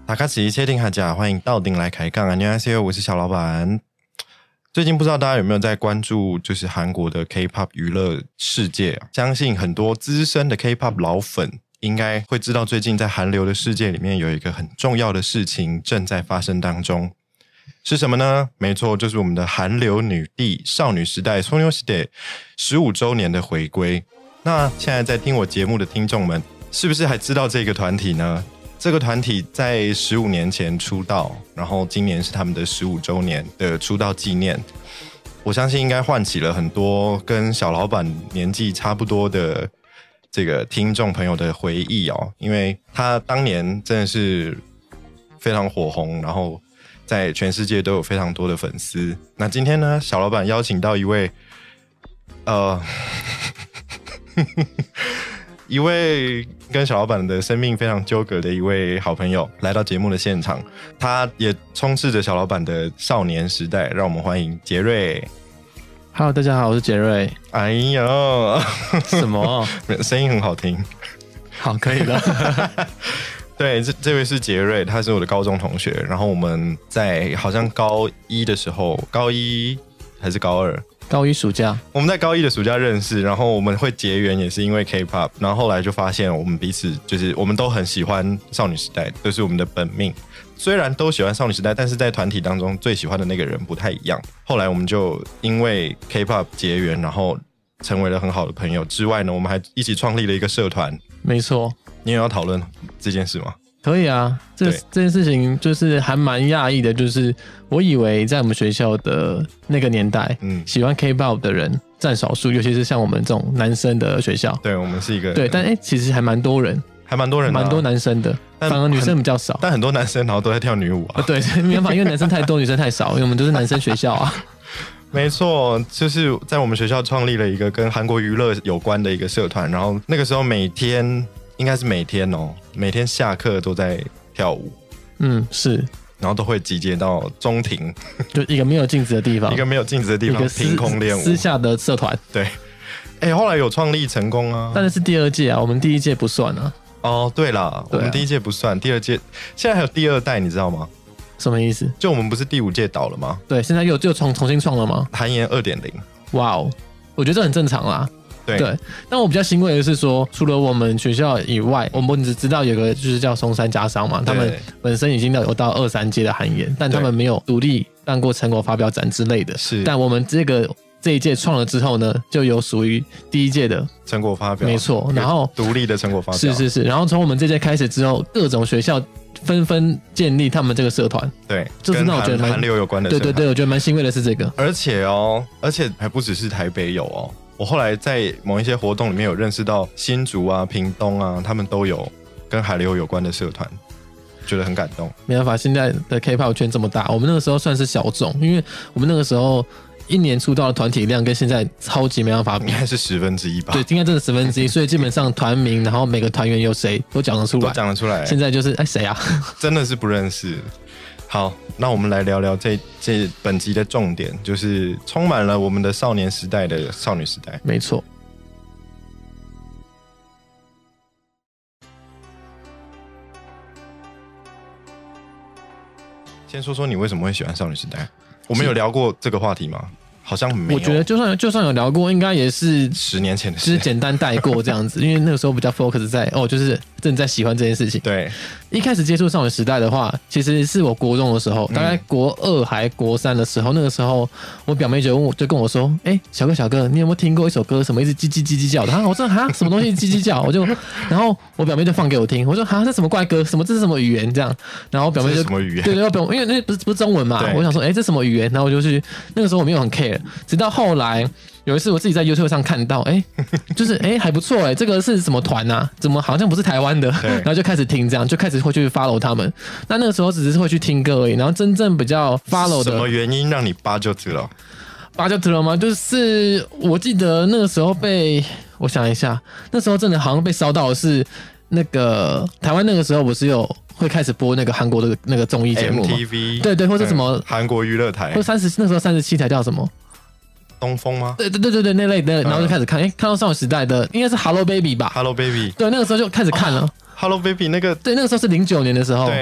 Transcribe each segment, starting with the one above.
大家好，切定大家欢迎到顶来开杠。안녕하세요，我是小老板。最近不知道大家有没有在关注，就是韩国的 K-pop 娱乐世界啊？相信很多资深的 K-pop 老粉应该会知道，最近在韩流的世界里面有一个很重要的事情正在发生当中。是什么呢？没错，就是我们的韩流女帝少女时代 소녀시대 15周年的回归。那现在在听我节目的听众们，是不是还知道这个团体呢？这个团体在15年前出道，然后今年是他们的15周年的出道纪念。我相信应该唤起了很多跟小老板年纪差不多的这个听众朋友的回忆哦，因为他当年真的是非常火红，然后在全世界都有非常多的粉丝。那今天呢，小老板邀请到一位一位跟小老板的生命非常纠葛的一位好朋友来到节目的现场，他也充斥着小老板的少年时代，让我们欢迎杰瑞。 Hello， 大家好，我是杰瑞。 哎呦， 什么？ 声音很好听。 好，可以了。 对，这位是杰瑞，他是我的高中同学，然后我们在好像高一的时候，高一还是高二？ 高一暑假， 我们在高一的暑假认识，然后我们会结缘也是因为 K-pop， 然后后来就发现我们彼此就是我们都很喜欢少女时代，这是我们的本命。虽然都喜欢少女时代，但是在团体当中最喜欢的那个人不太一样。后来我们就因为 K-pop 结缘，然后成为了很好的朋友之外呢，我们还一起创立了一个社团。 没错， 你有要讨论这件事吗？ 可以啊，这件事情就是还蛮讶异的，就是我以为在我们学校的那个年代，喜欢 K-pop 的人占少数，尤其是像我们这种男生的学校。 对，我们是一个对，但其实还蛮多人，蛮多男生的，反而女生比较少。 但很多男生然后都在跳女舞啊。 对，没办法，因为男生太多，女生太少，因为我们都是男生学校啊。 没错，就是在我们学校创立了一个跟韩国娱乐有关的一个社团，然后那个时候每天下课都在跳舞。 是。 然后都会集结到中庭， 就一个没有镜子的地方， 一个没有镜子的地方，凭空练舞， 私下的社团。 对，后来有创立成功啊， 但是第二届啊，我们第一届不算啊。 哦，对啦，我们第一届不算，第二届现在还有第二代，你知道吗？ 什么意思？ 就我们不是第5届倒了吗？ 对，现在又重新创了吗？ 韩延 2.0。 哇哦，我觉得这很正常啦。 对， 但我比较欣慰的是说，除了我们学校以外，我们只知道有个就是叫松山家商嘛，他们本身已经有到2、3届的韩延，但他们没有独立办过成果发表展之类的。 是， 但我们这一届创了之后呢，就有属于第一届的成果发表， 没错。然后独立的成果发表， 是。然后从我们这届开始之后，各种学校纷纷建立他们这个社团。 对， 就是那我觉得韩流有关的社团。 对，我觉得蛮欣慰的是这个。 而且还不只是台北有哦。我后来在某一些活动里面有认识到新竹啊、屏东啊，他们都有跟韩流有关的社团，觉得很感动。 没办法，现在的 K-pop 圈这么大，我们那个时候算是小众，因为我们那个时候一年出道的团体量跟现在超级没办法比， 应该是1/10吧？ 对，应该真的1/10，所以基本上团名，然后每个团员有谁都讲得出来，现在就是谁啊？真的是不认识。好，那我们来聊聊这本集的重点，就是充满了我们的少年时代的少女时代。 没错。 先说说你为什么会喜欢少女时代？我们有聊过这个话题吗？好像没有。 我觉得就算有聊过，应该也是 10年前的事， 就是简单带过这样子，因为那个时候比较 focus 在就是正在喜欢这件事情。 对， 一开始接触少女时代的话，其实是我国中的时候，大概国2还国3的时候，那个时候我表妹就跟我说：“小哥，你有没有听过一首歌，什么一直叽叽叽叽叫的？”我说：“什么东西叽叽叫？”然后我表妹就放给我听，我说：“这什么怪歌？这是什么语言？”这样，然后我表妹就什么语言？ 对，因为那不是中文嘛，我想说，这什么语言？然后我就去，那个时候我没有很 care， 直到后来。有一次我自己在 YouTube 上看到，就是还不错这个是什么团啊？怎么好像不是台湾的？然后就开始听，这样就开始会去 follow 他们。那个时候只是会去听歌而已，然后真正比较 follow 的。 什么原因让你扒就知了？ 扒就知了吗？就是我记得那个时候我想一下，那时候真的好像被烧到的是那个台湾那个时候不是有会开始播那个韩国的那个综艺节目吗 ？MTV 对，或者什么韩国娱乐台， 或那时候37台叫什么？ 东风吗？ 对，那类的，然后就开始看，看到少女时代的应该是 Hello Baby 吧 ？Hello Baby， 对，那个时候就开始看了。 Hello Baby 那个， 对，那个时候是09年的时候。 对，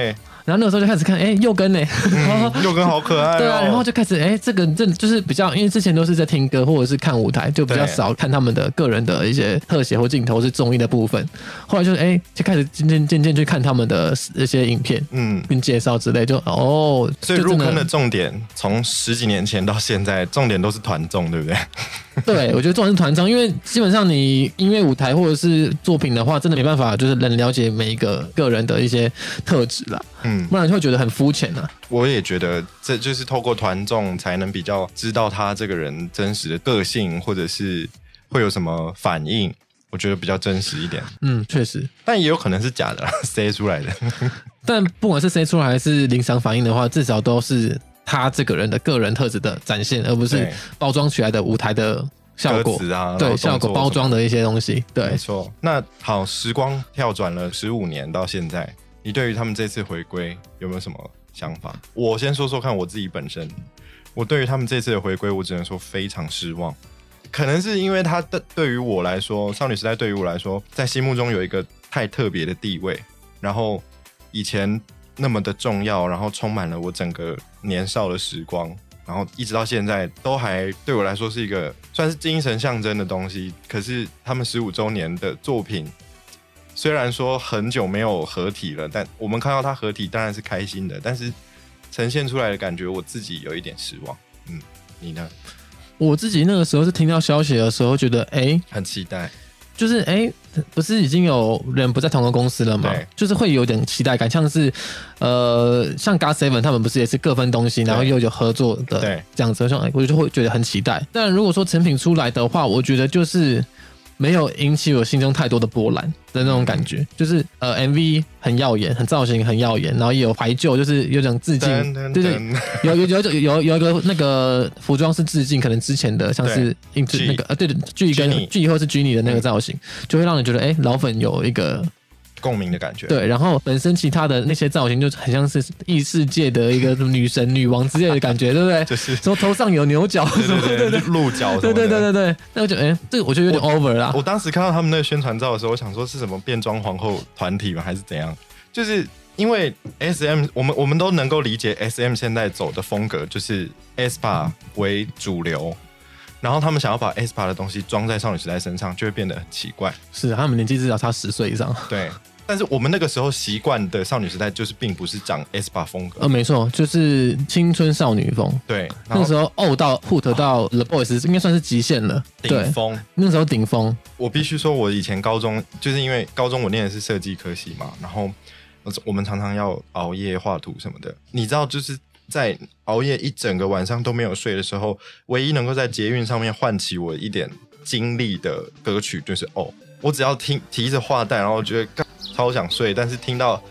然后那个时候就开始看，佑根呢， 佑根好可爱、哦， 对啊，然后就开始这个就是比较，因为之前都是在听歌或者是看舞台，就比较少看他们的个人的一些特写或镜头是综艺的部分。后来就是就开始渐渐去看他们的一些影片，跟介绍之类， 所以入坑的重点从10几年前到现在，重点都是团综，对不对？ 对，我觉得重点是团综，因为基本上你音乐舞台或者是作品的话，真的没办法就是能了解每一个个人的一些特质啦，不然就会觉得很肤浅啊。 我也觉得这就是透过团综才能比较知道他这个人真实的个性，或者是会有什么反应，我觉得比较真实一点。 确实， 但也有可能是假的塞出来的。 但不管是塞出来还是临场反应的话，至少都是他这个人的个人特质的展现，而不是包装起来的舞台的效果啊， 对，效果包装的一些东西。对， 没错。那好，时光跳转了15年到现在，你对于他们这次回归有没有什么想法？我先说说看我自己本身，我对于他们这次的回归，我只能说非常失望。可能是因为他对于我来说，少女时代对于我来说，在心目中有一个太特别的地位，然后以前那么的重要，然后充满了我整个年少的时光，然后一直到现在都还对我来说是一个算是精神象征的东西。可是他们15周年的作品，虽然说很久没有合体了，但我们看到他合体当然是开心的，但是呈现出来的感觉我自己有一点失望。你呢？ 我自己那个时候是听到消息的时候觉得很期待， 就是不是已经有人不在同个公司了吗？就是会有点期待感，像是像 GOT7 他们不是也是各分东西，然后又有合作的这样子，我就会觉得很期待。但如果说成品出来的话，我觉得就是没有引起我心中太多的波澜的那种感觉，就是MV 很耀眼，很造型很耀眼，然后也有怀旧，就是有种致敬，对，有一个那个服装是致敬，可能之前的像是那个对G 跟 G 或是 Genie 的那个造型，就会让人觉得老粉有一个共鸣的感觉。 对，然后本身其他的那些造型就很像是异世界的一个女神女王之类的感觉，对不对？ 就是说头上有牛角什么的， 鹿角什么的， 对，那我就这个我觉得有点 over 啦。 我当时看到他们那个宣传照的时候，我想说是什么变装皇后团体吗？还是怎样？就是因为 SM， 我们都能够理解 SM 现在走的风格，就是 aespa 为主流。然后他们想要把 aespa 的东西装在少女时代身上，就会变得很奇怪。 是，他们年纪至少差10岁以上。 对，但是我们那个时候习惯的少女时代，就是并不是长 aespa 风格。 没错，就是青春少女风。 对， 那时候到 Hoot 到 The Boys 应该算是极限了， 顶峰。 那时候顶峰。 我必须说，我以前高中就是因为高中我念的是设计科系嘛，然后我们常常要熬夜画图什么的。你知道，就是在熬夜一整个晚上都没有睡的时候，唯一能够在捷运上面唤起我一点精力的歌曲就是我只要提着画带，然后觉得超想睡，但是听到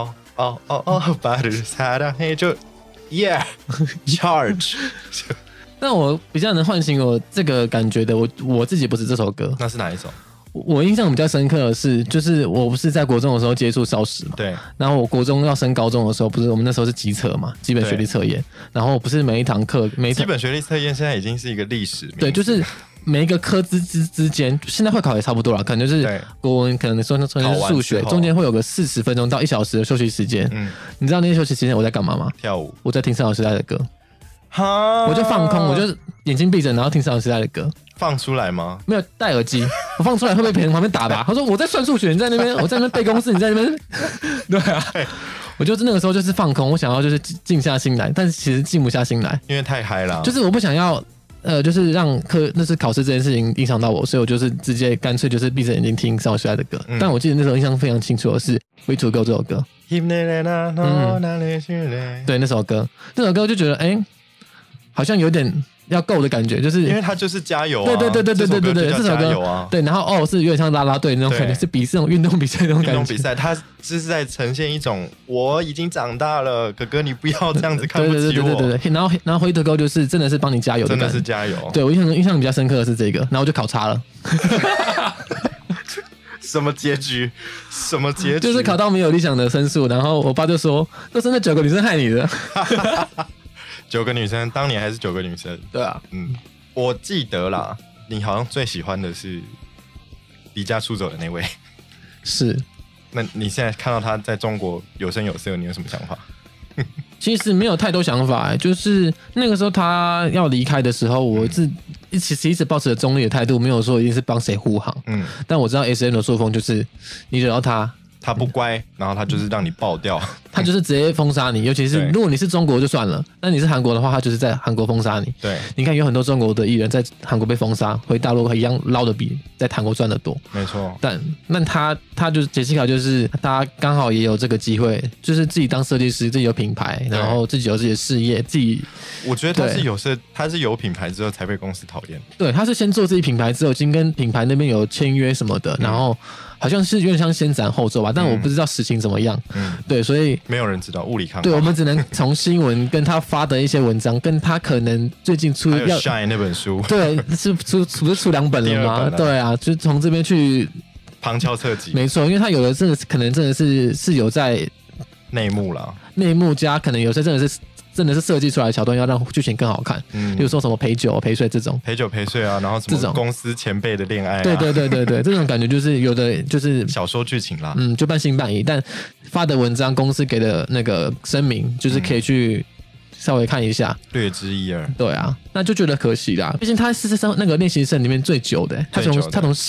就 yeah charge 那我比较能唤醒我这个感觉的，我自己不是这首歌。 那是哪一首？ 我印象比较深刻的是，就是我不是在国中的时候接触少时嘛， 对。 然后我国中要升高中的时候，不是我们那时候是基测嘛，基本学历测验。然后不是每一堂课， 基本学历测验现在已经是一个历史。 对，就是每一个科之间，现在会考也差不多了，可能就是国文，可能说数学，中间会有个40分钟到1小时的休息时间。你知道那些休息时间我在干嘛吗？ 跳舞。 我在听少女时代的歌。我就放空，我就眼睛闭着，然后听少女时代的歌。 放出来吗？ 没有戴耳机，我放出来会被别人旁边打吧？他说我在算数学，你在那边，我在那边背公式，你在那边。对啊，我就是那个时候就是放空，我想要就是静下心来，但是其实静不下心来， 因为太嗨了。 就是我不想要就是让就是考试这件事情影响到我，所以我就是直接干脆就是闭着眼睛听少女时代的歌。但我记得那时候印象非常清楚的是《We To Go》这首歌。对，那首歌就觉得好像有点要够的感觉，就是因为它就是加油啊。 对，这首歌啊， 对，然后是有点像啦啦队那种感觉，是比这种运动比赛那种感觉。 运动比赛，它是在呈现一种我已经长大了，哥哥你不要这样子看不起我。 对，然后回头歌就是真的是帮你加油的感觉， 真的是加油。 对，我印象比较深刻的是这个，然后我就考差了。 什么结局？ 就是考到没有理想的分数，然后我爸就说：“都是那9个女生害你的。” 9个女生，当年还是9个女生。 对啊， 我记得啦，你好像最喜欢的是离家出走的那位。 是， 那你现在看到他在中国有声有色，你有什么想法？ 其实没有太多想法，就是那个时候他要离开的时候，我其实一直抱持着中立的态度，没有说一定是帮谁护航。但我知道 SM 的作风就是你惹到他不乖，然后他就是让你爆掉， 他就是直接封杀你。尤其是如果你是中国就算了，那你是韩国的话，他就是在韩国封杀你。 对， 你看有很多中国的艺人在韩国被封杀，回大陆一样捞的比在韩国赚的多。 没错。 但那他就是杰西卡，就是他刚好也有这个机会，就是自己当设计师，自己有品牌，然后自己有自己的事业，自己。 我觉得他是有品牌之后才被公司讨厌。 对，他是先做自己品牌之后，已经跟品牌那边有签约什么的，然后。好像是有点像先斩后奏吧，但我不知道实情怎么样。对，所以没有人知道，雾里看花。 对，我们只能从新闻跟他发的一些文章，跟他可能最近出要 Shine 那本书， 对，不是出2本了吗？对啊，就从这边去旁敲侧击。 没错，因为他有的可能真的是有在内幕啦， 内幕加可能有些真的是设计出来的桥段，要让剧情更好看。比如说什么陪酒陪睡这种， 陪酒陪睡啊，然后什么公司前辈的恋爱啊， 对，这种感觉就是有的就是小说剧情啦， 就半信半疑。但发的文章，公司给的那个声明，就是可以去稍微看一下， 略知一二。 对啊，那就觉得可惜啦。毕竟他是那个练习生里面最久的，他从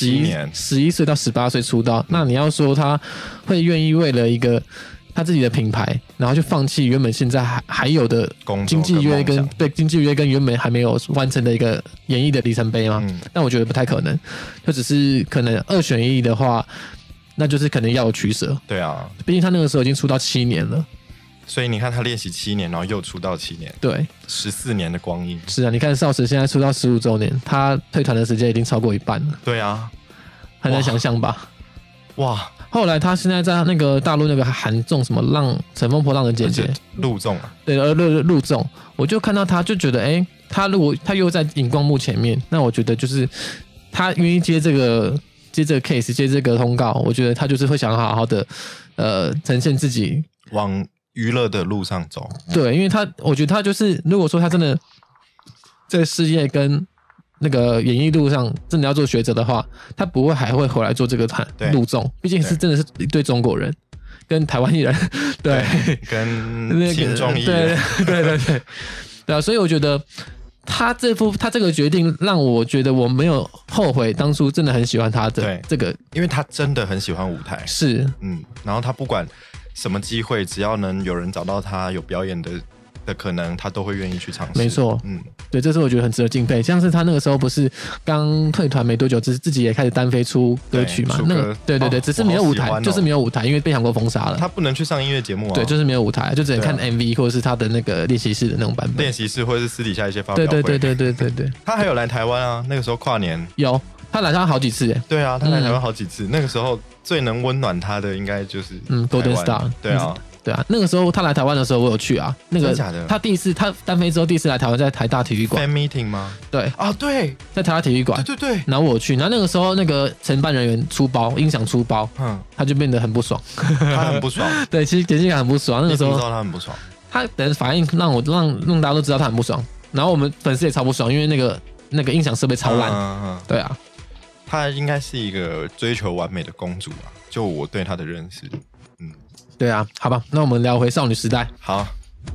11岁到18岁出道。那你要说他会愿意为了一个他自己的品牌，然后就放弃原本现在还有的经纪约跟原本还没有完成的一个演艺的里程碑吗？但我觉得不太可能，就只是可能2选1的话，那就是可能要有取舍。 对啊， 毕竟他那个时候已经出道7年了， 所以你看他练习7年，然后又出道7年， 对 ，14年的光阴。 是啊，你看少时现在出道15周年，他退团的时间已经超过1半了。 对啊， 很难想象吧？ 哇！后来他现在在那个大陆那个韩综什么乘风破浪的姐姐陆综啊， 对，陆综，我就看到他就觉得，他如果他又在荧光幕前面，那我觉得就是他愿意接这个 case 接这个通告，我觉得他就是会想好好的呈现自己往娱乐的路上走。 对，因为我觉得他就是如果说他真的在事业跟那个演艺路上真的要做学者的话，他不会还会回来做这个陆综，毕竟是真的是一对中国人跟台湾艺人，对， 跟新中艺人， 对啊，所以我觉得他这个决定让我觉得我没有后悔当初真的很喜欢他的这个， 因为他真的很喜欢舞台， 是， 然后他不管什么机会，只要能有人找到他有表演的可能，他都会愿意去尝试。没错， 对，这是我觉得很值得敬佩。像是他那个时候不是刚退团没多久，自己也开始单飞出歌曲嘛？那个对，只是没有舞台，就是没有舞台，因为被韩国封杀了。 他不能去上音乐节目啊。 对，就是没有舞台，就只能看 MV 或者是他的那个练习室的那种版本。 练习室或者是私底下一些发表会。 对。 他还有来台湾啊，那个时候跨年有，他来台湾好几次耶。 对啊，他来台湾好几次。那个时候最能温暖他的应该就是 Golden Star。 对啊。 对啊，那个时候他来台湾的时候，我有去啊。那个他他单飞之后第一次来台湾，在台大体育馆。 Fan meeting 吗？ 对啊，对， 在台大体育馆。 对。 然后我去，然后那个时候那个承办人员出包，音响出包，他就变得很不爽。 他很不爽。 对，其实杰西卡很不爽。那个时候你知道他很不爽。 他的反应让大家都知道他很不爽。然后我们粉丝也超不爽，因为那个音响设备超烂。对啊。 她应该是一个追求完美的公主啊，就我对她的认识。 对啊，好吧，那我们聊回少女时代。 好，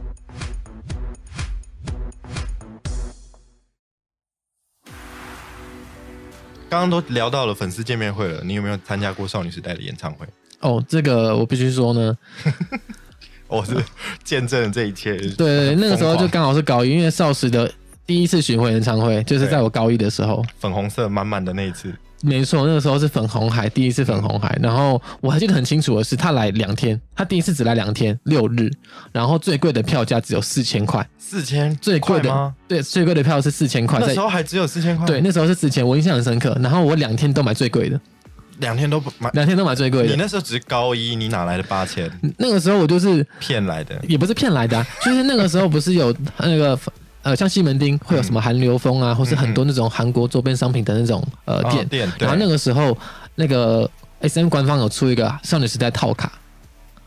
刚刚都聊到了粉丝见面会了，你有没有参加过少女时代的演唱会？ 哦，这个我必须说呢， 我是见证了这一切。 对，那个时候就刚好是高一，因为少时的第一次巡回演唱会就是在我高一的时候， 粉红色满满的那一次。 没错，那个时候是粉红海，第一次粉红海。然后我还记得很清楚的是，他来2天，他第一次只来2天，6日，然后最贵的票价只有4000块。 4000？ 最贵的吗？ 对，最贵的票是4000块。 那时候还只有4000块。 对，那时候是4000，我印象很深刻。然后我2天都买最贵的。 2天都买最贵的。你那时候只是高一，你哪来的8000？ 那个时候我就是骗来的， 也不是骗来的，就是那个时候不是有那个。像西门町会有什么韩流风啊，或是很多那种韩国周边商品的那种店，然后那个时候那个 SM 官方有出一个少女时代套卡，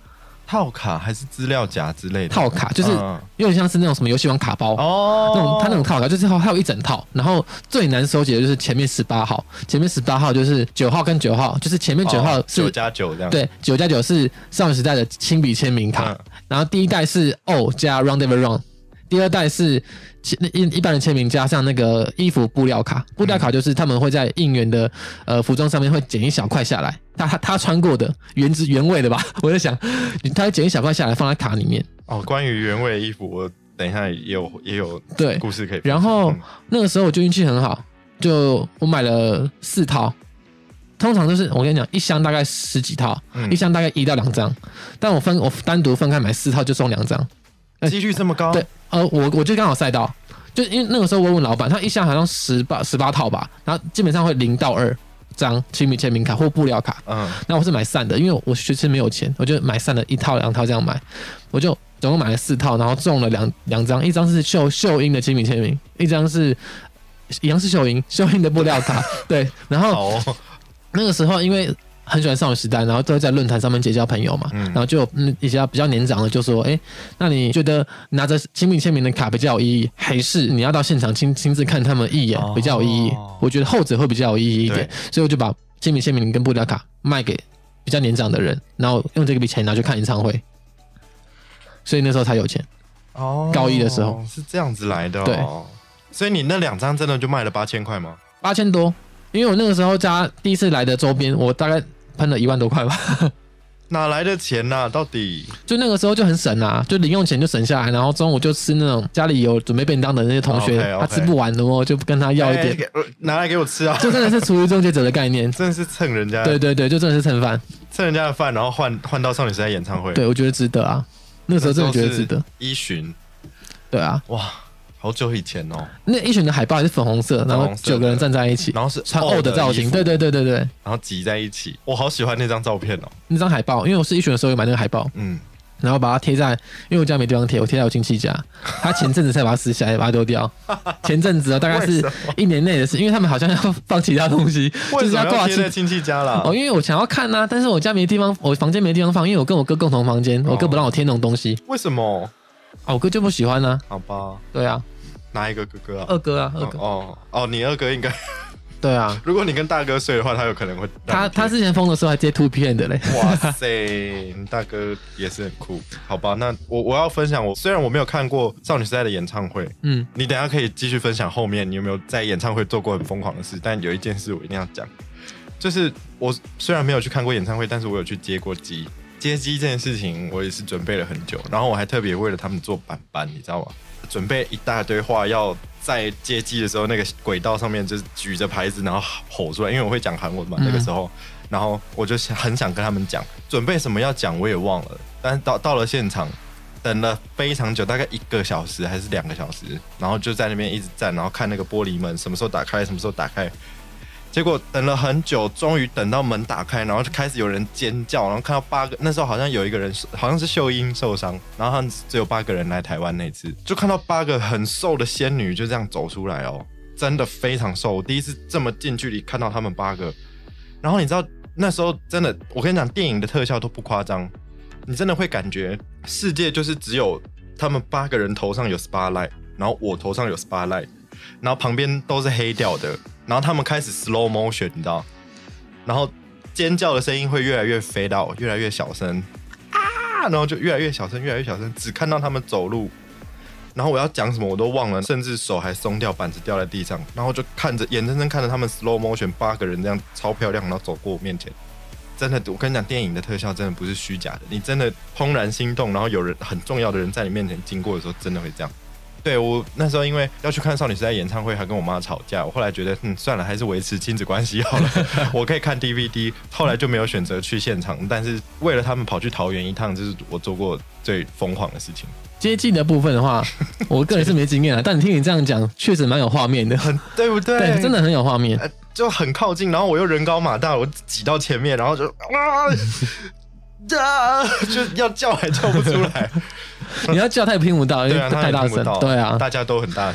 套卡还是资料夹之类的？ 套卡就是有点像是那种什么游戏王卡包哦，它那种套卡就是它有一整套，然后最难收集的就是前面18号，前面18号就是9号跟9号，就是前面9号是 9+9这样， 对，9+9是少女时代的亲笔签名卡，然后第一代是 O 加 Round Ever Round， 第二代是一般的签名加上那个衣服布料卡，布料卡就是他们会在应援的服装上面会剪一小块下来，他穿过的原味的吧，我在想他会剪一小块下来放在卡里面。哦， 关于原味的衣服，我等一下也有对故事可以分享。 然后那个时候我就运气很好，就我买了4套。通常就是我跟你讲，一箱大概10几套，一箱大概1到2张，但我单独分开买4套就送2张， 几率这么高？ 对，我就刚好赛到，就因为那个时候我问老板，他一箱好像18套吧，然后基本上会0到2张亲笔签名卡或布料卡，那我是买散的，因为我学期没有钱，我就买散的1套2套这样买，我就总共买了4套，然后中了两张，一张是秀英的亲笔签名，一张是一样是秀英的布料卡，对，然后。那个时候因为很喜欢少女时代，然后都会在论坛上面结交朋友嘛，然后就有一些比较年长的就说，那你觉得拿着亲笔签名的卡比较有意义，还是你要到现场亲自看他们一眼比较有意义？我觉得后者会比较有意义一点，所以我就把亲笔签名跟布料卡卖给比较年长的人，然后用这笔钱拿去看演唱会，所以那时候才有钱。高一的时候是这样子来的。 对， 所以你那2张真的就卖了8000块吗 ？8000多。因为我那个时候加第一次来的周边，我大概喷了1万多块吧。 哪来的钱啊？到底就那个时候就很省啊，就零用钱就省下来，然后中午就吃那种家里有准备便当的那些同学，他吃不完的我就跟他要一点， 拿来给我吃啊！ 就真的是厨余终结者的概念， 真的是蹭人家。 对，就真的是蹭饭， 蹭人家的饭，然后换到少女时代演唱会。 对，我觉得值得啊，那个时候真的觉得值得。 一巡， 对啊， 哇。好久以前哦， 那一群的海报还是粉红色，然后9个人站在一起， 然后是穿 O 的造型，对， 然后挤在一起，我好喜欢那张照片哦， 那张海报，因为我是一群的时候有买那个海报，然后把它贴在，因为我家没地方贴，我贴在我亲戚家，他前阵子才把它撕下来，把它丢掉，前阵子大概是1年内的事，因为他们好像要放其他东西， 就是要挂贴在亲戚家啦。 因为我想要看啊，但是我家没地方，我房间没地方放，因为我跟我哥共同房间，我哥不让我贴那种东西。 为什么？ 我哥就不喜欢啊。 好吧。 对啊。 哪一个哥哥啊？ 二哥啊，二哥。 你二哥应该。 对啊， 如果你跟大哥睡的话，他有可能会。 他之前疯的时候还接图片的嘞。 哇塞，你大哥也是很酷。好吧，那我要分享虽然我没有看过少女时代的演唱会，你等一下可以继续分享后面你有没有在演唱会做过很疯狂的事，但有一件事我一定要讲，就是我虽然没有去看过演唱会，但是我有去接过机。接机这件事情我也是准备了很久，然后我还特别为了他们做板板，你知道吗？准备一大堆话要在接机的时候那个轨道上面就是举着牌子然后吼出来，因为我会讲韩文嘛那个时候，然后我就很想跟他们讲准备什么要讲我也忘了，但是到了现场等了非常久，大概1个小时还是2个小时，然后就在那边一直站，然后看那个玻璃门什么时候打开什么时候打开，结果等了很久，终于等到门打开，然后就开始有人尖叫，然后看到8个，那时候好像有一个人好像是秀英受伤，然后他们只有8个人来台湾那次，就看到8个很瘦的仙女就这样走出来哦，真的非常瘦，我第一次这么近距离看到他们8个，然后你知道那时候真的，我跟你讲，电影的特效都不夸张，你真的会感觉世界就是只有他们8个人头上有 spotlight， 然后我头上有 spotlight， 然后旁边都是黑掉的。然后他们开始 slow motion， 你知道，然后尖叫的声音会越来越飞到，越来越小声啊，然后就越来越小声，越来越小声，只看到他们走路，然后我要讲什么我都忘了，甚至手还松掉，板子掉在地上，然后就眼睁睁看着他们 slow motion 8个人这样超漂亮，然后走过我面前，真的，我跟你讲，电影的特效真的不是虚假的，你真的怦然心动，然后有人很重要的人在你面前经过的时候，真的会这样。对，我那时候因为要去看少女时代演唱会，还跟我妈吵架，我后来觉得算了，还是维持亲子关系好了。我可以看 DVD， 后来就没有选择去现场，但是为了他们跑去桃园一趟，这是我做过最疯狂的事情。 接近的部分的话，我个人是没经验啊，但你听你这样讲，确实蛮有画面的， 对不对？ 对，真的很有画面， 就很靠近，然后我又人高马大，我挤到前面，然后就就要叫还叫不出来。 你要叫他也拼不到，因为太大声。对啊， 大家都很大声。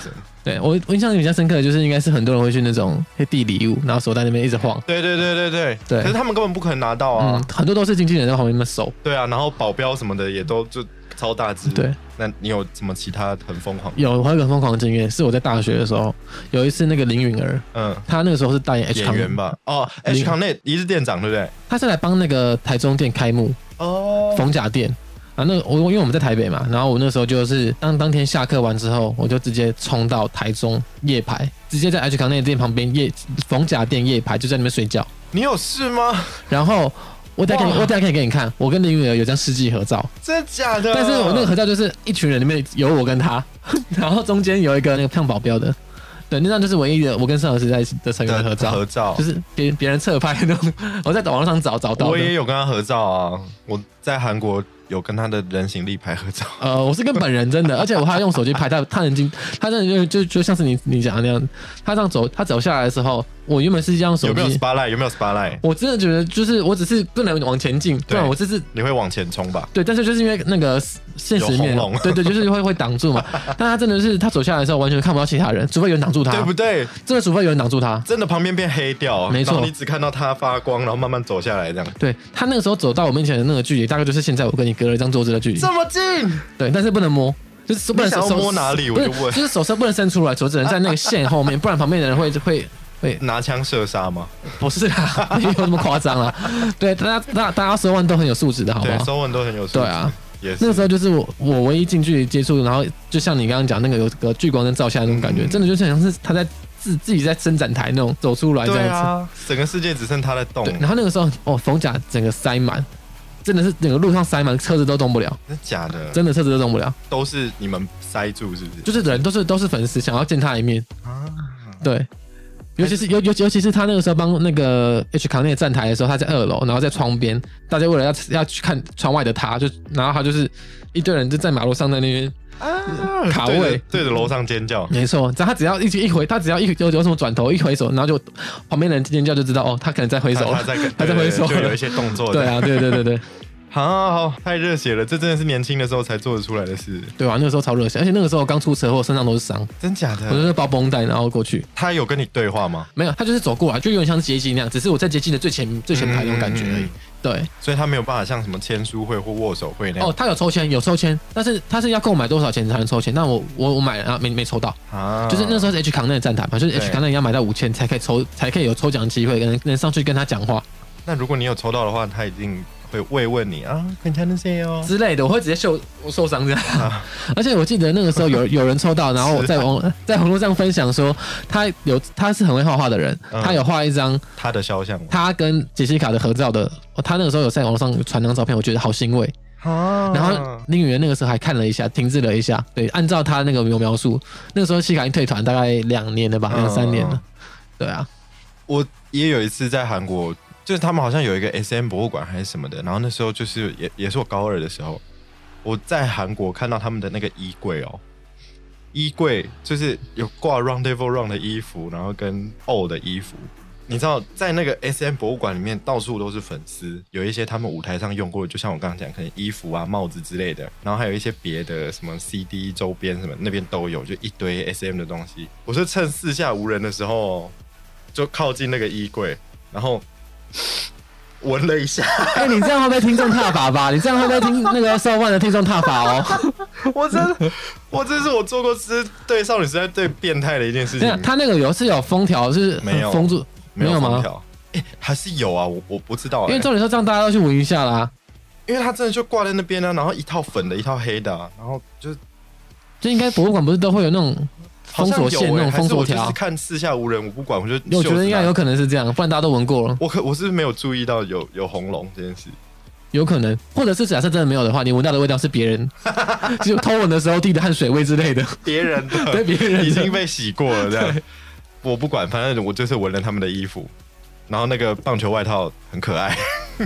对我印象比较深刻的就是应该是很多人会去那种递礼物，然后手在那边一直晃。 对。可是他们根本不可能拿到啊。 很多都是经纪人在旁边那么守。 对啊，然后保镖什么的也都就超大只。 对。 那你有什么其他很疯狂？ 有，我还有个很疯狂的经验，是我在大学的时候，有一次那个林允儿，他那个时候是代言 H 演员吧？哦 ，H 康内一日店长对不对？ 他是来帮那个台中店开幕逢甲店啊。因为我们在台北嘛，然后我那时候就是当天下课完之后，我就直接冲到台中夜排，直接在 H 康内店旁边逢甲店夜排，就在那边睡觉。 你有事吗？ 然后。我等下可以给你看，我跟林允儿有张世纪合照， 真的假的？ 但是我那个合照就是一群人里面有我跟他，然后中间有一个那个胖保镖的，对，那张就是唯一的我跟盛老师在的成员的合照，就是别人侧拍那种，我在网络上找到的。 我也有跟他合照啊，我在韩国有跟他的人形立牌合照。 我是跟本人真的，而且我还用手机拍他真的就像是你讲的那样，他走下来的时候。我原本是这样手机， 有没有 spotlight？ 我真的觉得就是我只是不能往前进，不然我就是你会往前冲吧？ 对，但是就是因为那个现实面，对，就是会挡住嘛。但他真的是他走下来的时候完全看不到其他人，除非有人挡住他， 对不对？ 真的除非有人挡住他， 真的旁边变黑掉， 没错， 然后你只看到他发光，然后慢慢走下来这样。 对，他那个时候走到我面前的那个距离，大概就是现在我跟你隔了一张桌子的距离， 这么近。 对，但是不能摸。就是不能想要摸哪里，我就问， 就是手不能伸出来，手只能在那个线后面，不然旁边的人会拿枪射杀吗？ 不是啦，没有那么夸张啦。对，大家收问都很有素质的，好不好？ 对，收问都很有素质。 对啊，那个时候就是我唯一近距离接触，然后就像你刚刚讲那个有个聚光灯照下来那种感觉，真的就像是他在自己在伸展台那种走出来这样子。对啊，整个世界只剩他在动。 对，然后那个时候逢甲整个塞满。真的是整个路上塞满，车子都动不了。 真的假的？ 真的车子都动不了， 都是你们塞住是不是？ 就是人都是粉丝，想要见他一面啊。对，尤其是他那个时候帮那个 H 康内站台的时候，他在2楼，然后在窗边，大家为了要去看窗外的他，然后他就是一堆人就在马路上在那边。卡位对着楼上尖叫， 没错。他只要一回，他只要有什么转头一回手，然后就旁边的人尖叫就知道哦，他可能在挥手，他在挥手， 就有一些动作。 对啊，对。 好，太热血了！这真的是年轻的时候才做得出来的事， 对啊，那个时候超热血，而且那个时候刚出车祸，身上都是伤， 真假的？ 我就是包绷带，然后过去。 他有跟你对话吗？ 没有，他就是走过来，就有点像是接机那样，只是我在接机的最前排那种感觉而已。对， 所以他没有办法像什么签书会或握手会那样。 哦，他有抽签，但是他是要购买多少钱才能抽签？但我买了啊，没抽到啊。就是那时候是 H 康内的站台嘛，就是 H 康内要买到5000才可以有抽奖机会，能上去跟他讲话。 那如果你有抽到的话，他一定会慰问你啊，괜찮으세요 之类的，我会直接我受伤这样。而且我记得那个时候有人抽到，然后我在网络上分享说他是很会画画的人，他有画一张他的肖像， 他跟杰西卡的合照的，他那个时候有在网络上传张照片，我觉得好欣慰。然后林允儿那个时候还看了一下，停滞了一下，对，按照他那个描述，那个时候西卡已经退团大概2年了吧，2-3年了，对啊。 我也有一次在韩国。就是他们好像有一个 SM 博物馆还是什么的，然后那时候就是也是我高2的时候，我在韩国看到他们的那个衣柜哦，衣柜就是有挂 Rendezvous Run 的衣服，然后跟 O 的衣服，你知道在那个 SM 博物馆里面到处都是粉丝，有一些他们舞台上用过的，就像我刚刚讲，可能衣服啊、帽子之类的，然后还有一些别的什么 CD 周边什么那边都有，就一堆 SM 的东西。我就趁四下无人的时候，就靠近那个衣柜，然后。闻了一下， 你这样会不会听众踏伐吧？你这样会不会听那个受万的听众踏伐哦？ 我这是我做过对少女时代最变态的一件事情。 他那个是有封条，是封住，没有吗？ 还是有啊，我不知道。 因为照理说这样大家都去闻一下啦。 因为他真的就挂在那边啊，然后一套粉的，一套黑的啊，然后就应该博物馆不是都会有那种。封锁线那种封锁条， 我就是看四下无人，我不管，我觉得应该有可能是这样，不然大家都闻过了。 我是没有注意到有红龙这件事， 有可能，或者是假设真的没有的话，你闻到的味道是别人就偷闻的时候滴的汗水味之类的， 别人的， 对，别人已经被洗过了这样。我不管，反正我就是闻了他们的衣服，然后那个棒球外套很可爱。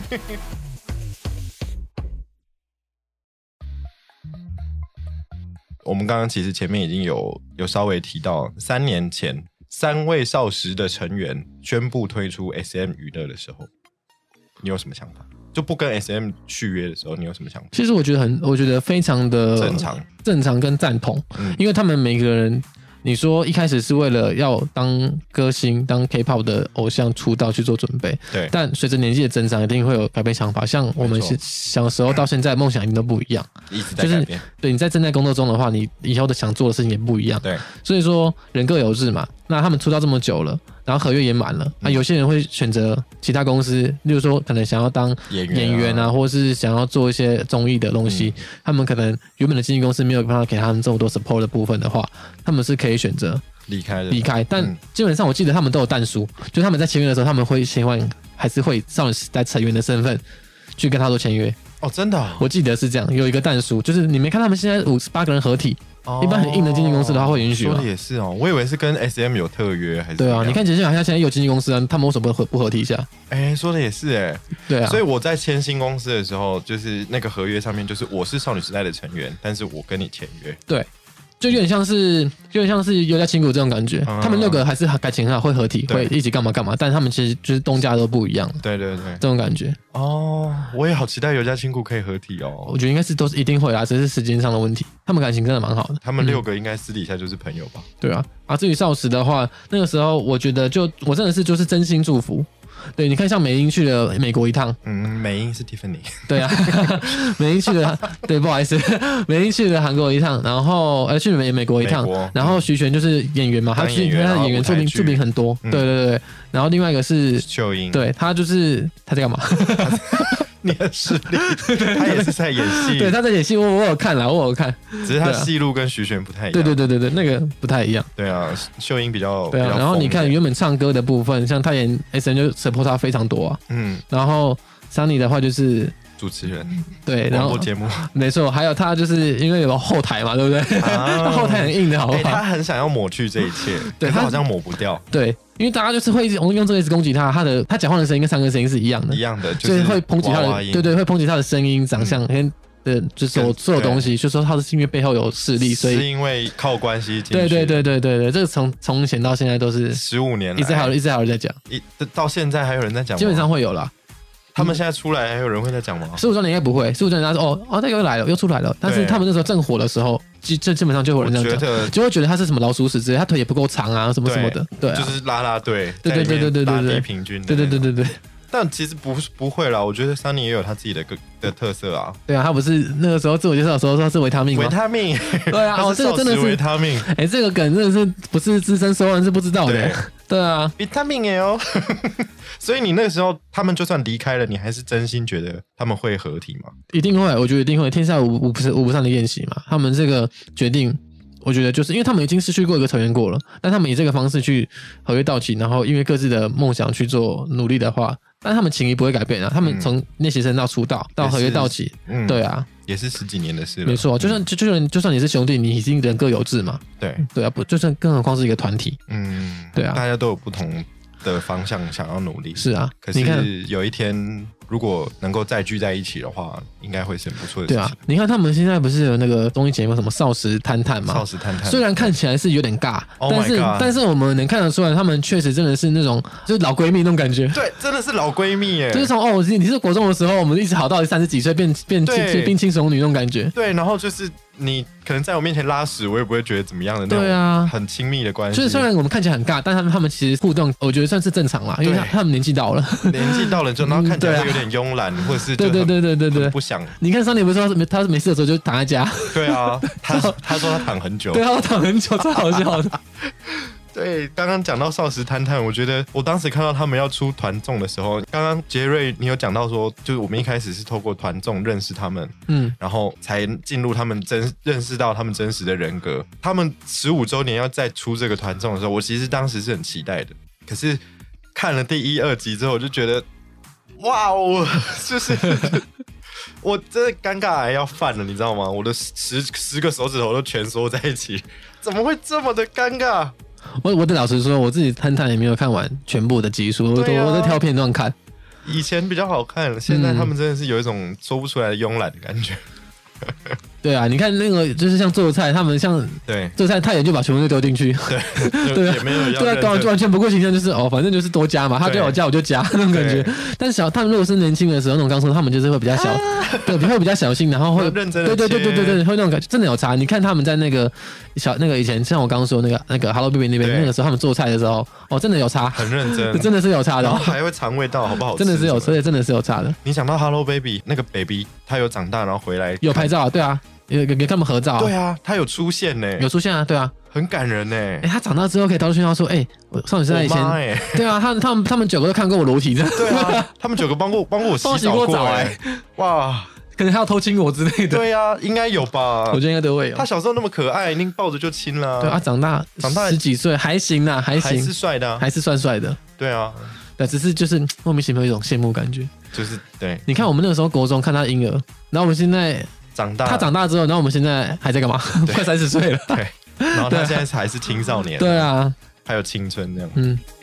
我们刚刚其实前面已经有稍微提到，3年前3位少时的成员宣布推出 SM 娱乐的时候，你有什么想法？就不跟 SM 续约的时候，你有什么想法？ 其实我觉得非常的正常跟赞同，因为他们每个人你说一开始是为了要当歌星、当 K-pop 的偶像出道去做准备， 对。 但随着年纪的增长，一定会有改变想法。像我们小时候到现在，梦想一定都不一样， 一直在改变。 对，你在正在工作中的话，你以后的想做的事情也不一样。 对， 所以说人各有志嘛。那他们出道这么久了，然后合约也满了，有些人会选择其他公司，例如说可能想要当演员啊，或是想要做一些综艺的东西，他们可能原本的经纪公司没有办法给他们这么多 support 的部分的话，他们是可以选择离开。但基本上我记得他们都有但书，就他们在签约的时候，他们会希望还是会少女时代成员的身份去跟他做签约。 哦，真的哦？ 我记得是这样，有一个但书，就是你没看他们现在58个人合体。一般很硬的经纪公司的话会允许吗？ 说的也是哦，我以为是跟 SM 有特约还是？ 对啊，你看简讯好像现在也有经纪公司啊，他们为什么不合体一下？ 说的也是对啊。 所以我在签新公司的时候，就是那个合约上面就是我是少女时代的成员，但是我跟你签约。 对。就有点像是优家亲骨这种感觉，他们6个还是感情很好，会合体，会一起干嘛干嘛，但他们其实就是东家都不一样。 对， 这种感觉。 我也好期待优家亲骨可以合体哦。 我觉得应该是都是一定会啦，只是时间上的问题。他们感情真的蛮好的。 他们6个应该私底下就是朋友吧？ 对啊。至于少时的话，那个时候我觉得我真的是就是真心祝福。对，你看像美英去了美国一趟， 美英是 Tiffany， 对啊，美英去了，对，不好意思，美英去了韩国一趟，然后去美国一趟，然后徐玄就是演员嘛，他的演员作品很多，对，然后另外一个是秀英， 对，他在干嘛？ 你很失礼，他也是在演戏， 对，他在演戏，我有看啦，我有看， 只是他戏路跟徐玄不太一样， 对，那个不太一样， 对啊，秀英比较对啊，然后你看原本唱歌的部分，像他演 SM 就 support 他非常多啊，然后 Sunny 的话就是主持人， 对，然后节目没错，还有他就是因为有后台嘛，对不对？他后台很硬的，好不好？ 他很想要抹去这一切，对他好像抹不掉， 对。因为大家就是会用这个一直攻击他，他讲话的声音跟唱歌声音是一样的， 所以会抨击他的，对，会抨击他的声音、长相跟就所有东西，就说他是因为背后有势力，所以是因为靠关系进去。 对，这个从前到现在都是 15年来， 一直还有人在讲， 到现在还有人在讲吗？ 基本上会有啦。 他们现在出来还有人会在讲吗 ？15周年应该不会，15周年他说他又来了，又出来了。但是他们那时候正火的时候，基本上就有人这样讲，就会觉得他是什么老鼠屎之类，他腿也不够长啊，什么什么的，对， 就是拉拉队， 对， 打低平均， 对。 但其实不会啦，我觉得Sunny也有他自己的特色啊。 对啊，他不是那个时候自我介绍的时候说是维他命吗？ 维他命， 对啊，这个真的是维他命。 这个梗真的是不是资深收人是不知道的。对啊， 维他命哦。所以你那个时候他们就算离开了，你还是真心觉得他们会合体吗？ 一定会，我觉得一定会。天下无不散的宴席嘛，他们这个决定。我觉得就是因为他们已经失去过一个成员过了，但他们以这个方式去合约到期，然后因为各自的梦想去做努力的话，但他们情谊不会改变啊。他们从练习生到出道到合约到期，对啊， 也是10几年的事了。 没错，就算你是兄弟，你已经人各有志嘛。对啊，不就算更何况是一个团体，对啊， 大家都有不同的方向想要努力。 是啊， 可是有一天如果能够再聚在一起的话，应该会是很不错的事情。对啊， 你看他们现在不是有那个综艺节目什么少时探探吗？ 少时探探虽然看起来是有点尬，但是我们能看得出来，他们确实真的是那种就是老闺蜜那种感觉。 对，真的是老闺蜜耶。 就是从你是国中的时候，我们一直好到30几岁变亲熟女那种感觉。 对，然后就是你可能在我面前拉屎，我也不会觉得怎么样的那种。 对啊， 很亲密的关系。 就是虽然我们看起来很尬，但他们其实互动，我觉得算是正常啦，因为他们年纪到了， 就然后看起来会有点慵懒，或者是对，不想。 你看Sunny不是说他没事的时候就躺在家？ 对啊，他说他躺很久。 对啊，他躺很久，超好笑的。 对，刚刚讲到少时探探，我觉得我当时看到他们要出团综的时候，刚刚杰瑞你有讲到说，就是我们一开始是透过团综认识他们，然后才进入他们认识到他们真实的人格。他们15周年要再出这个团综的时候，我其实当时是很期待的。可是看了第1、2集之后，我就觉得，哇哦，就是我真的尴尬癌要犯了，你知道吗？我的10个手指头都蜷缩在一起，怎么会这么的尴尬？ 我得老实说，我自己探探也没有看完全部的集数，我在挑片段看。 以前比较好看，现在他们真的是有一种说不出来的慵懒的感觉。 对啊，你看那个就是像做菜，他们像做菜，他也就把全部都丢进去。 对啊，也没有对啊，完全不顾形象，就是反正就是多加嘛，他叫我加我就加那种感觉。但是他们如果是年轻的时候，那种刚说他们就是会比较小，对，会比较小心，然后会认真的， 对，会那种感觉，真的有差。你看他们在那个以前，像我刚刚说那个 Hello Baby 那边，那个时候他们做菜的时候，真的有差， 很认真， 真的是有差的， 然后还会尝味道好不好吃， 真的是有，所以真的是有差的。 你想到 Hello Baby 那个 baby， 他有长大，然后回来有拍照，对啊。有跟他们合照， 对啊，他有出现呢， 有出现啊，对啊， 很感人呢。 他长大之后可以到处炫耀说，我少女时代以前，对啊，他们9个都看过我裸体，这样， 对啊，他们9个帮过我洗澡过，哇， 可能还要偷亲我之类的， 对啊，应该有吧？ 我觉得应该都会有。 他小时候那么可爱，一定抱着就亲了。 对啊，长大10几岁还行啊，还是帅的， 还是算帅的。 对啊， 对，只是就是莫名其妙有一种羡慕感觉， 就是对。 你看我们那个时候国中看他婴儿，然后我们现在。他长大之后，然后我们现在还在干嘛？快30岁了。 对，然后他现在还是青少年。 对啊， 还有青春这样。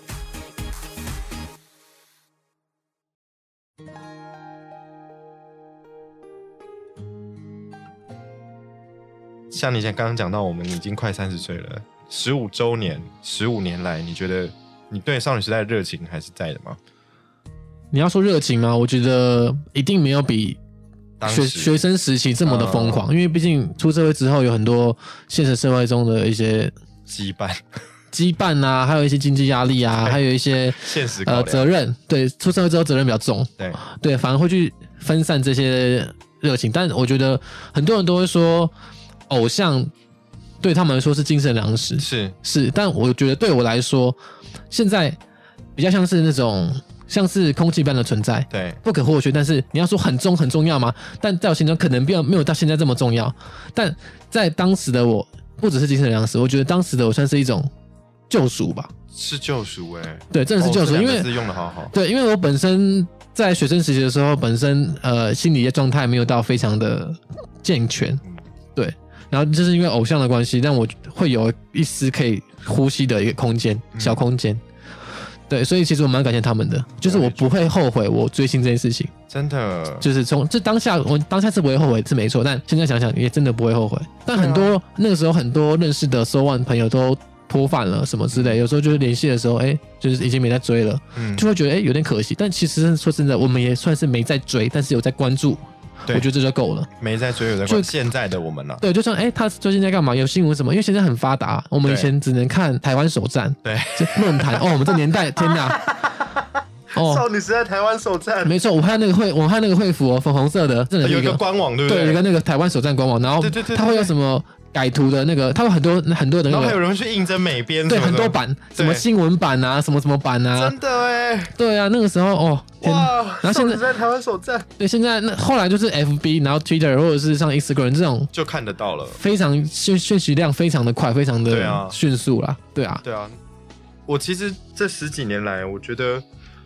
像你刚刚讲到，我们已经快30岁了，15周年，15年来，你觉得你对少女时代的热情还是在的吗？ 你要说热情吗？我觉得一定没有比。学生时期这么的疯狂，因为毕竟出社会之后有很多现实社会中的一些羁绊啊，还有一些经济压力啊，还有一些现实责任。对，出社会之后责任比较重，对，反而会去分散这些热情。但我觉得很多人都会说，偶像对他们来说是精神粮食，是，但我觉得对我来说，现在比较像是那种。像是空气般的存在， 对， 不可或缺。但是你要说很重要吗？但在我心中可能没有到现在这么重要。但在当时的我，不只是精神粮食，我觉得当时的我算是一种救赎吧。 是救赎对，真的是救赎，因为用的好好。 对，因为我本身在学生时期的时候，本身心理的状态没有到非常的健全，对。然后就是因为偶像的关系，让我会有一丝可以呼吸的一个空间，小空间。对，所以其实我蛮感谢他们的，就是我不会后悔我追星这件事情， 真的， 就是这当下我当下是不会后悔是没错，但现在想想也真的不会后悔。但很多那个时候很多认识的SO1朋友都脱饭了什么之类，有时候就是联系的时候，就是已经没在追了，就会觉得有点可惜。但其实说真的，我们也算是没在追，但是有在关注。我觉得这就够了， 没在追有在关注现在的我们了。 对，就像他最近在干嘛？有新闻什么？因为现在很发达，我们以前只能看台湾首站， 对， 论坛。我们这年代，天哪！ 少女时代台湾首站， 没错，我看那个会服粉红色的，真的有一个官网，对不对？ 对，有一个那个台湾首站官网，然后它会有什么？改图的那个，它有很多的那个， 然后还有人去应征美编， 对，很多版，什么新闻版啊，什么版啊， 真的对啊，那个时候天哪！然后现在在台湾首站， 对，现在后来就是 FB， 然后 Twitter 或者是像 Instagram 这种就看得到了， 非常讯息量非常的快，非常的迅速啦，对啊。 我其实这10几年来，我觉得，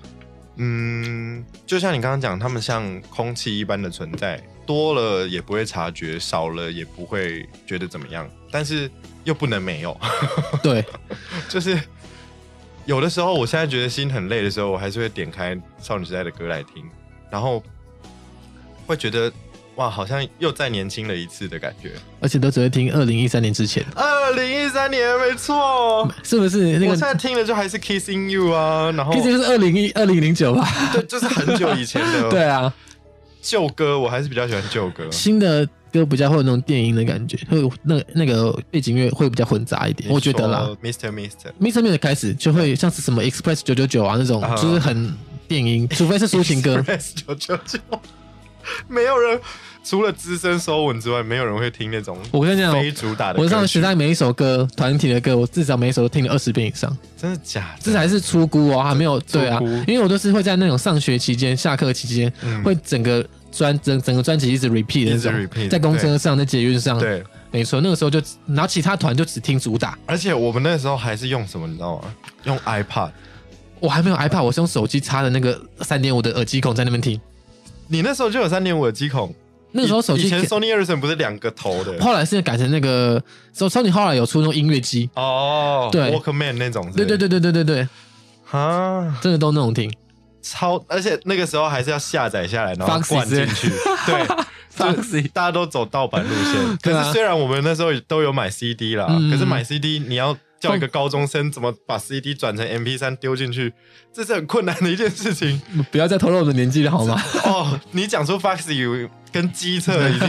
就像你刚刚讲，他们像空气一般的存在。多了也不会察觉，少了也不会觉得怎么样，但是又不能没有。 对， 就是有的时候，我现在觉得心很累的时候，我还是会点开少女时代的歌来听，然后会觉得哇，好像又再年轻了一次的感觉。 而且都只会听2013年之前。 2013年，没错， 是不是？那个我现在听的就还是 Kissing You 啊，然后 Kissing You 是2009吧？ 对，就是很久以前的。 对啊。 旧歌我还是比较喜欢旧歌， 新的歌比较会有那种电音的感觉，会那个背景乐会比较混杂一点，我觉得啦。Mr. 开始就会像是什么 Express 999啊那种，就是很电音，除非是抒情歌。 Express 999，没有人除了资深收文之外，没有人会听那种我跟你讲非主打的歌曲。 我上时代每一首歌，团体的歌，我至少每一首都听了20遍以上。 真的假的？ 这才是初估还没有对啊，因为我都是会在那种上学期间、下课期间，会整个专辑一直 repeat 的那种，在公车上、在捷运上。对，没错，那个时候就，然后其他团就只听主打。 而且我们那时候还是用什么，你知道吗？用 iPad。 我还没有 iPad， 我是用手机插的那个3.5的耳机孔在那边听。 你那时候就有3.5耳机孔？ 那个时候手机以前 Sony Ericsson 不是2个头的， 后来是改成那个 Sony 后来有出那种音乐机对 Walkman 那种， 对，啊，真的都那种听， 而且那个时候还是要下载下来，然后灌进去，对， Foxy 大家都走盗版路线。可是虽然我们那时候都有买 CD 啦，可是买 CD 你要叫一个高中生怎么把 CD 转成 MP3 丢进去，这是很困难的一件事情。 不要再透露我的年纪了好吗？ 哦，你讲出 Foxy 跟机测已经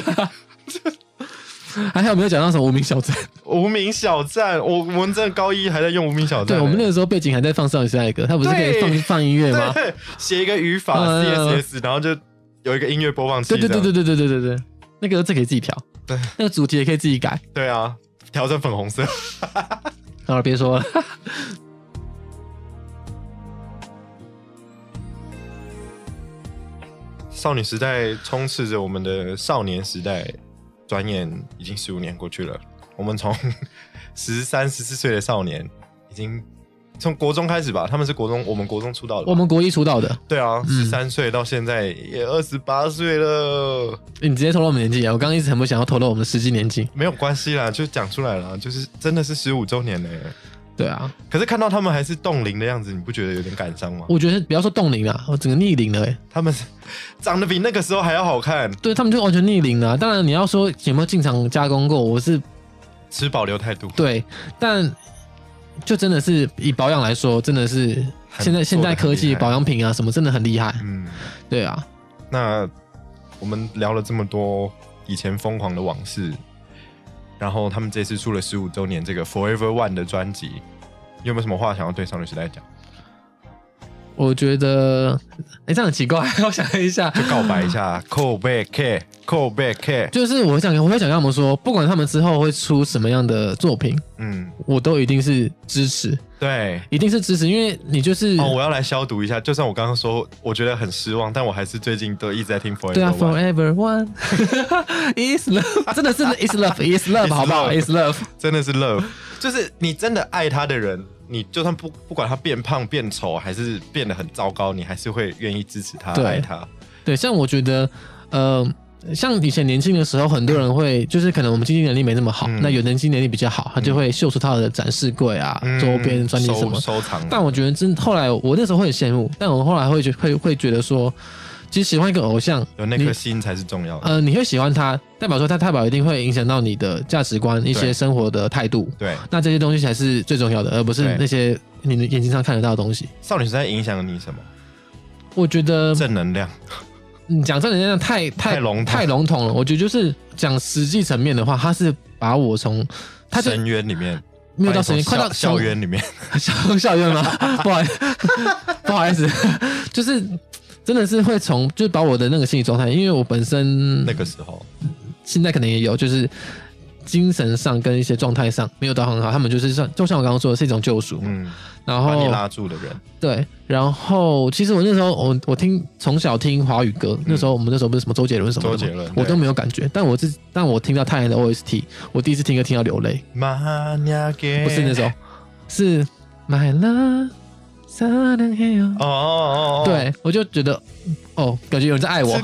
还好没有讲到什么无名小站。 无名小站，我们真的高一还在用无名小站。 对，我们那个时候背景还在放少女时代的歌，它不是可以放音乐吗？ 对，写一个语法 CSS， 然后就有一个音乐播放器。 对，那个这可以自己调。 对， 那个主题也可以自己改。 对啊，调成粉红色。 好了，别说了。 少女时代充斥着我们的少年时代。转眼已经15年过去了，我们从13、14岁的少年，已经从国中开始吧，他们是国中，我们国中出道的， 我们国一出道的， 对啊，13岁到现在也28岁了。 你直接透露我们年纪啊！我刚刚一直很不想要透露我们的实际年纪， 没有关系啦，就讲出来了，就是真的是15周年嘞。 对啊， 可是看到他们还是冻龄的样子，你不觉得有点感伤吗？ 我觉得不要说冻龄啦，我整个逆龄了他们长得比那个时候还要好看。 对，他们就完全逆龄了。当然你要说有没有进厂加工过，我是持保留态度。 对，但就真的是以保养来说，真的是现代科技保养品啊什么真的很厉害。对啊。 那我们聊了这么多以前疯狂的往事。然后他们这次出了15周年这个 Forever One 的专辑，你有没有什么话想要对少女时代讲？ 我觉得，这样很奇怪，我想一下， 就告白一下 ，Call back，Call back， 就是我会想跟他们说，不管他们之后会出什么样的作品，我都一定是支持。对，一定是支持，因为你就是我要来消毒一下。就算我刚刚说我觉得很失望，但我还是最近都一直在听 Forever One。 对啊 ，Forever One is love， 真的是 is love，is love， 好不好 ？is love， 真的是 love， 就是你真的爱他的人，你就算不管他变胖、变丑，还是变得很糟糕，你还是会愿意支持他、爱他。 对，像我觉得，像以前年轻的时候，很多人会就是可能我们经济能力没那么好，那有人经济能力比较好，他就会秀出他的展示柜啊、周边专辑什么收藏。 但我觉得后来我那时候会很羡慕，但我后来会觉得说，其实喜欢一个偶像， 有那颗心才是重要的。 你会喜欢他，代表说他一定会影响到你的价值观、一些生活的态度。 对， 那这些东西才是最重要的，而不是那些你的眼睛上看得到的东西。 少女时代影响了你什么？ 我觉得正能量。 你讲正能量太笼统了，我觉得就是讲实际层面的话，他是把我从深渊里面没有到深渊，快到校园里面， 校园吗？不好意思，就是真的是会就是把我的那个心理状态，因为我本身那个时候， 现在可能也有，就是精神上跟一些状态上没有到很好，他们就像我刚刚说的是一种救赎。然后把你拉住的人， 对，然后其实我那时候我从小听华语歌，那时候我们那时候不是什么周杰伦什么的，我都没有感觉，但我听到太阳的 OST， 我第一次听歌听到流泪，不是那首，是 My Love。对，我就觉得感觉有人在爱我。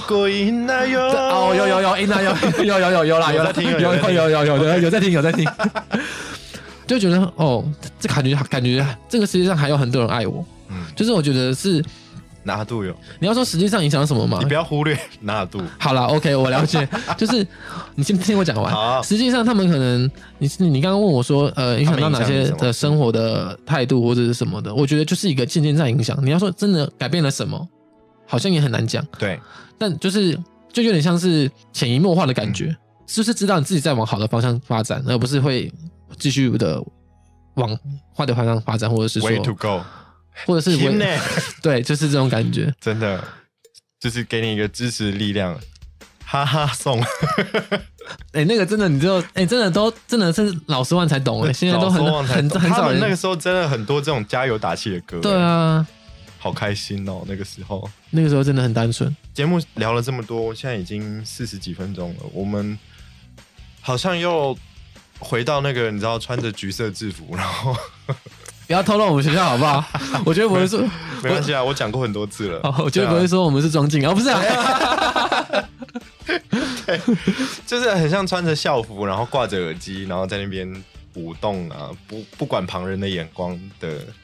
有在听，有在听。就觉得这感觉这个世界上还有很多人爱我，就是我觉得是哪度有？ 你要说实际上影响什么吗？ 你不要忽略哪度。 好啦 OK， 我了解，就是你先听我讲完。实际上他们可能你刚刚问我说影响到哪些的生活的态度或者是什么的，我觉得就是一个渐渐在影响。你要说真的改变了什么，好像也很难讲。对，但就有点像是潜移默化的感觉，就是知道你自己在往好的方向发展，而不是会继续的往坏的方向发展，或者是说 way to go， 或者是对，就是这种感觉， 真的就是给你一个支持的力量，哈哈送。 那个真的你就真的是老实万才懂现在都很少人。 那个时候真的很多这种加油打气的歌。 对啊， 好开心哦！那个时候真的很单纯。 节目聊了这么多，现在已经40几分钟了，我们好像又回到那个你知道穿着橘色制服，然后不要透露我们学校好不好？我觉得不会说， 没关系啊，我讲过很多次了。 我觉得不会说我们是庄敬不是啊。 对，就是很像穿着校服，然后挂着耳机，然后在那边舞动啊，不管旁人的眼光的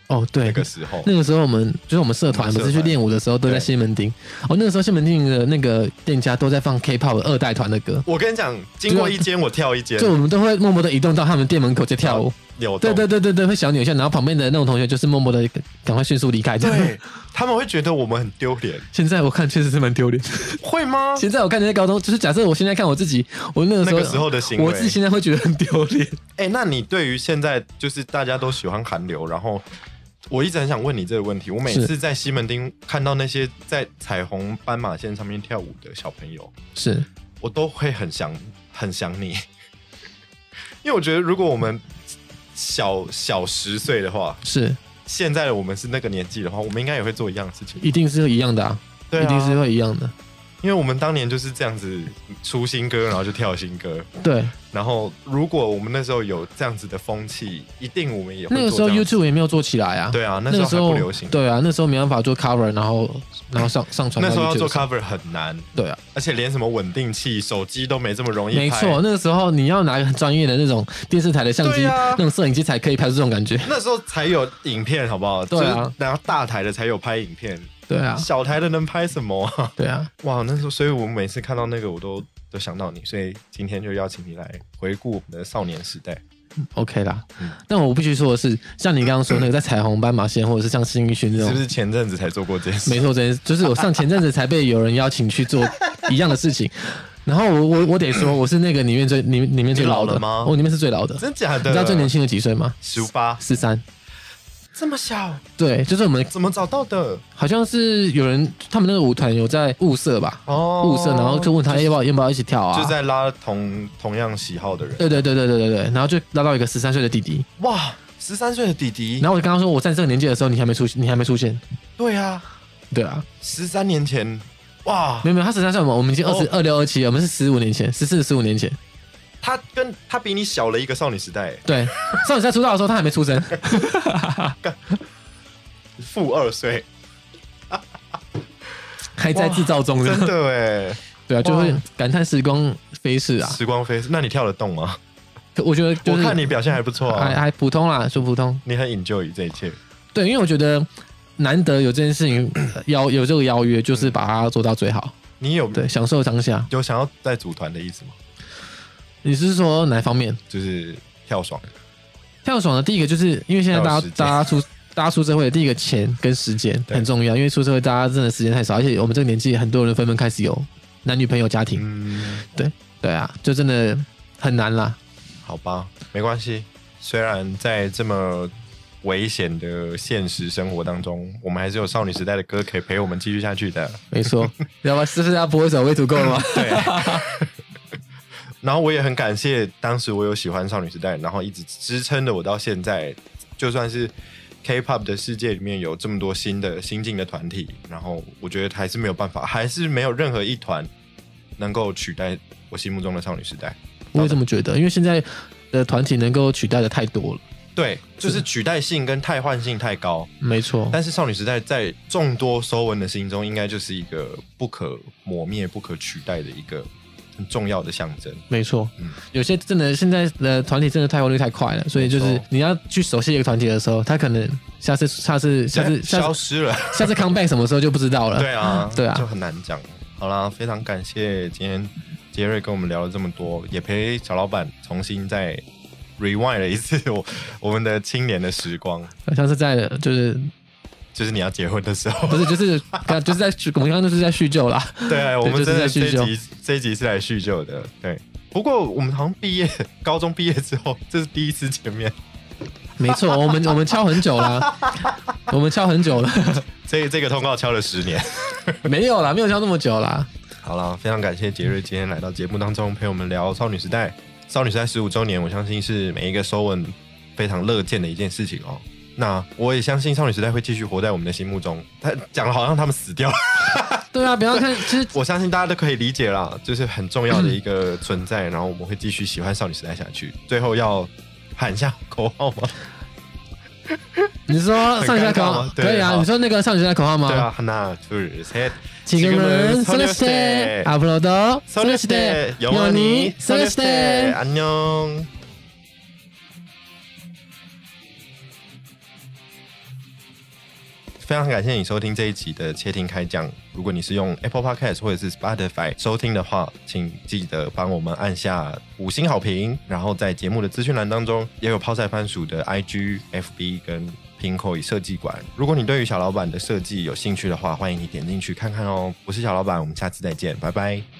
哦，对，那个时候我们就是我们社团不是去练舞的时候都在西门町哦，那个时候西门町的那个店家都在放 K-pop 2代团的歌。 我跟你讲，经过一间我跳一间， 就我们都会默默的移动到他们店门口去跳舞。对，会小扭一下，然后旁边的那种同学就是默默的赶快迅速离开。 对，他们会觉得我们很丢脸。 现在我看确实是蛮丢脸。 会吗？ 现在我看那些高中，就是假设我现在看我自己，我那个时候的行为， 我自己现在会觉得很丢脸。 那你对于现在就是大家都喜欢韩流，然后我一直很想问你这个问题。我每次在西门町看到那些在彩虹斑马线上面跳舞的小朋友，我都会很想你，因为我觉得如果我们小10岁的话，现在的我们是那个年纪的话，我们应该也会做一样的事情， 一定是一样的啊，对啊，一定是会一样的。 因为我们当年就是这样子出新歌，然后就跳新歌。 对。 然后，如果我们那时候有这样子的风气，一定我们也会做。 那个时候 YouTube 也没有做起来啊。 对啊，那时候还不流行。 对啊，那时候没办法做 cover， 然后上传。 那时候要做 cover 很难。 对啊， 而且连什么稳定器、手机都没这么容易拍。 没错，那个时候你要拿一个很专业的那种电视台的相机，那种摄影机才可以拍出这种感觉。 那时候才有影片，好不好？ 对啊， 然后大台的才有拍影片。 对啊， 小台的能拍什么啊？ 对啊， 哇，那时候，所以我每次看到那个，我都想到你，所以今天就邀请你来回顾我们的少年时代。 OK 啦，但我必须说的是，像你刚刚说那个在彩虹斑马线，或者是像新一勋那种， 是不是前阵子才做过这件事？ 没错，这件事就是我前阵子才被有人邀请去做一样的事情。然后我得说，我是那个里面最老的吗？ 我里面是最老的， 真假的？ 你知道最年轻的几岁吗 ？15、 13。 这么小？ 对，就是我们怎么找到的？ 好像是有人他们那个舞团有在物色吧，物色，然后就问他要不要一起跳啊？ 就在拉同样喜好的人。 对，然后就拉到一个13岁的弟弟。 哇，13岁的弟弟！ 然后我就跟他说，我在这个年纪的时候，你还没出现。 对啊，13年前，哇， 没有，他13岁嘛，我们已经26、27，我们是15年前，14、15年前。 他比你小了一个少女时代。 对，少女时代出道的时候他还没出生， 负2岁， 还在制造中。 真的哎， 对啊，就会感叹时光飞逝啊。 时光飞逝，那你跳得动吗？ 我觉得我看你表现还不错啊， 还普通啦，就普通。 你很 enjoy 这一切。 对，因为我觉得难得有这件事情有这个邀约，就是把它做到最好。 你有对享受当下， 有想要再组团的意思吗？ 你是说哪方面？ 就是跳爽的第一个就是因为现在大家出社会的第一个钱跟时间很重要，因为出社会大家真的时间太少，而且我们这个年纪很多人纷纷开始有男女朋友家庭，对啊，就真的很难啦。 好吧，没关系，虽然在这么危险的现实生活当中，我们还是有少女时代的歌可以陪我们继续下去的。 没错，要不然是不是要播一首《Way to Go》吗？ 对。然后我也很感谢当时我有喜欢少女时代，然后一直支撑着我到现在。就算是 K-pop 的世界里面有这么多新进的团体，然后我觉得还是没有办法，还是没有任何一团能够取代我心目中的少女时代。 我也这么觉得，因为现在的团体能够取代的太多了。 对，就是取代性跟汰换性太高。 没错。 但是少女时代在众多收文的心中，应该就是一个不可磨灭、不可取代的一个很重要的象征。 没错，有些真的现在的团体真的汰换率太快了，所以就是你要去熟悉一个团体的时候，他可能下次消失了， 下次 come back 什么时候就不知道了。 对啊，就很难讲。好啦，非常感谢今天杰瑞跟我们聊了这么多，也陪小老板重新再 rewind 了一次我们的青年的时光， 像是在就是你要结婚的时候， 不是就是在我们刚刚就是在叙旧啦。 对，我们真的叙旧， 这一集是来叙旧的。对，不过我们好像高中毕业之后，这是第一次见面。 没错，我们敲很久啦，我们敲很久了。 这个通告敲了10年， 没有啦，没有敲那么久啦。 好啦，非常感谢杰瑞今天来到节目当中陪我们聊少女时代。少女时代15周年，我相信是每一个收文非常乐见的一件事情哦。那我也相信少女时代会继续活在我们的心目中。他讲的好像他们死掉了。 对啊，不要看，其实我相信大家都可以理解啦，就是很重要的一个存在。然后我们会继续喜欢少女时代下去。最后要喊一下口号吗？ 你说少女时代口号可以啊？你说那个少女时代口号吗？ 对啊，하나 둘 셋。 지금은 소녀시대 앞으로도 소녀시대 영원히 소녀시대. 안녕. 非常感谢你收听这一集的窃听开讲。如果你是用 Apple Podcast 或者是 Spotify 收听的话，请记得帮我们按下5星好评，然后在节目的资讯栏当中也有泡菜番薯的 IG、FB 跟Pinkoi 设计馆。如果你对于小老板的设计有兴趣的话，欢迎你点进去看看哦。我是小老板，我们下次再见，拜拜。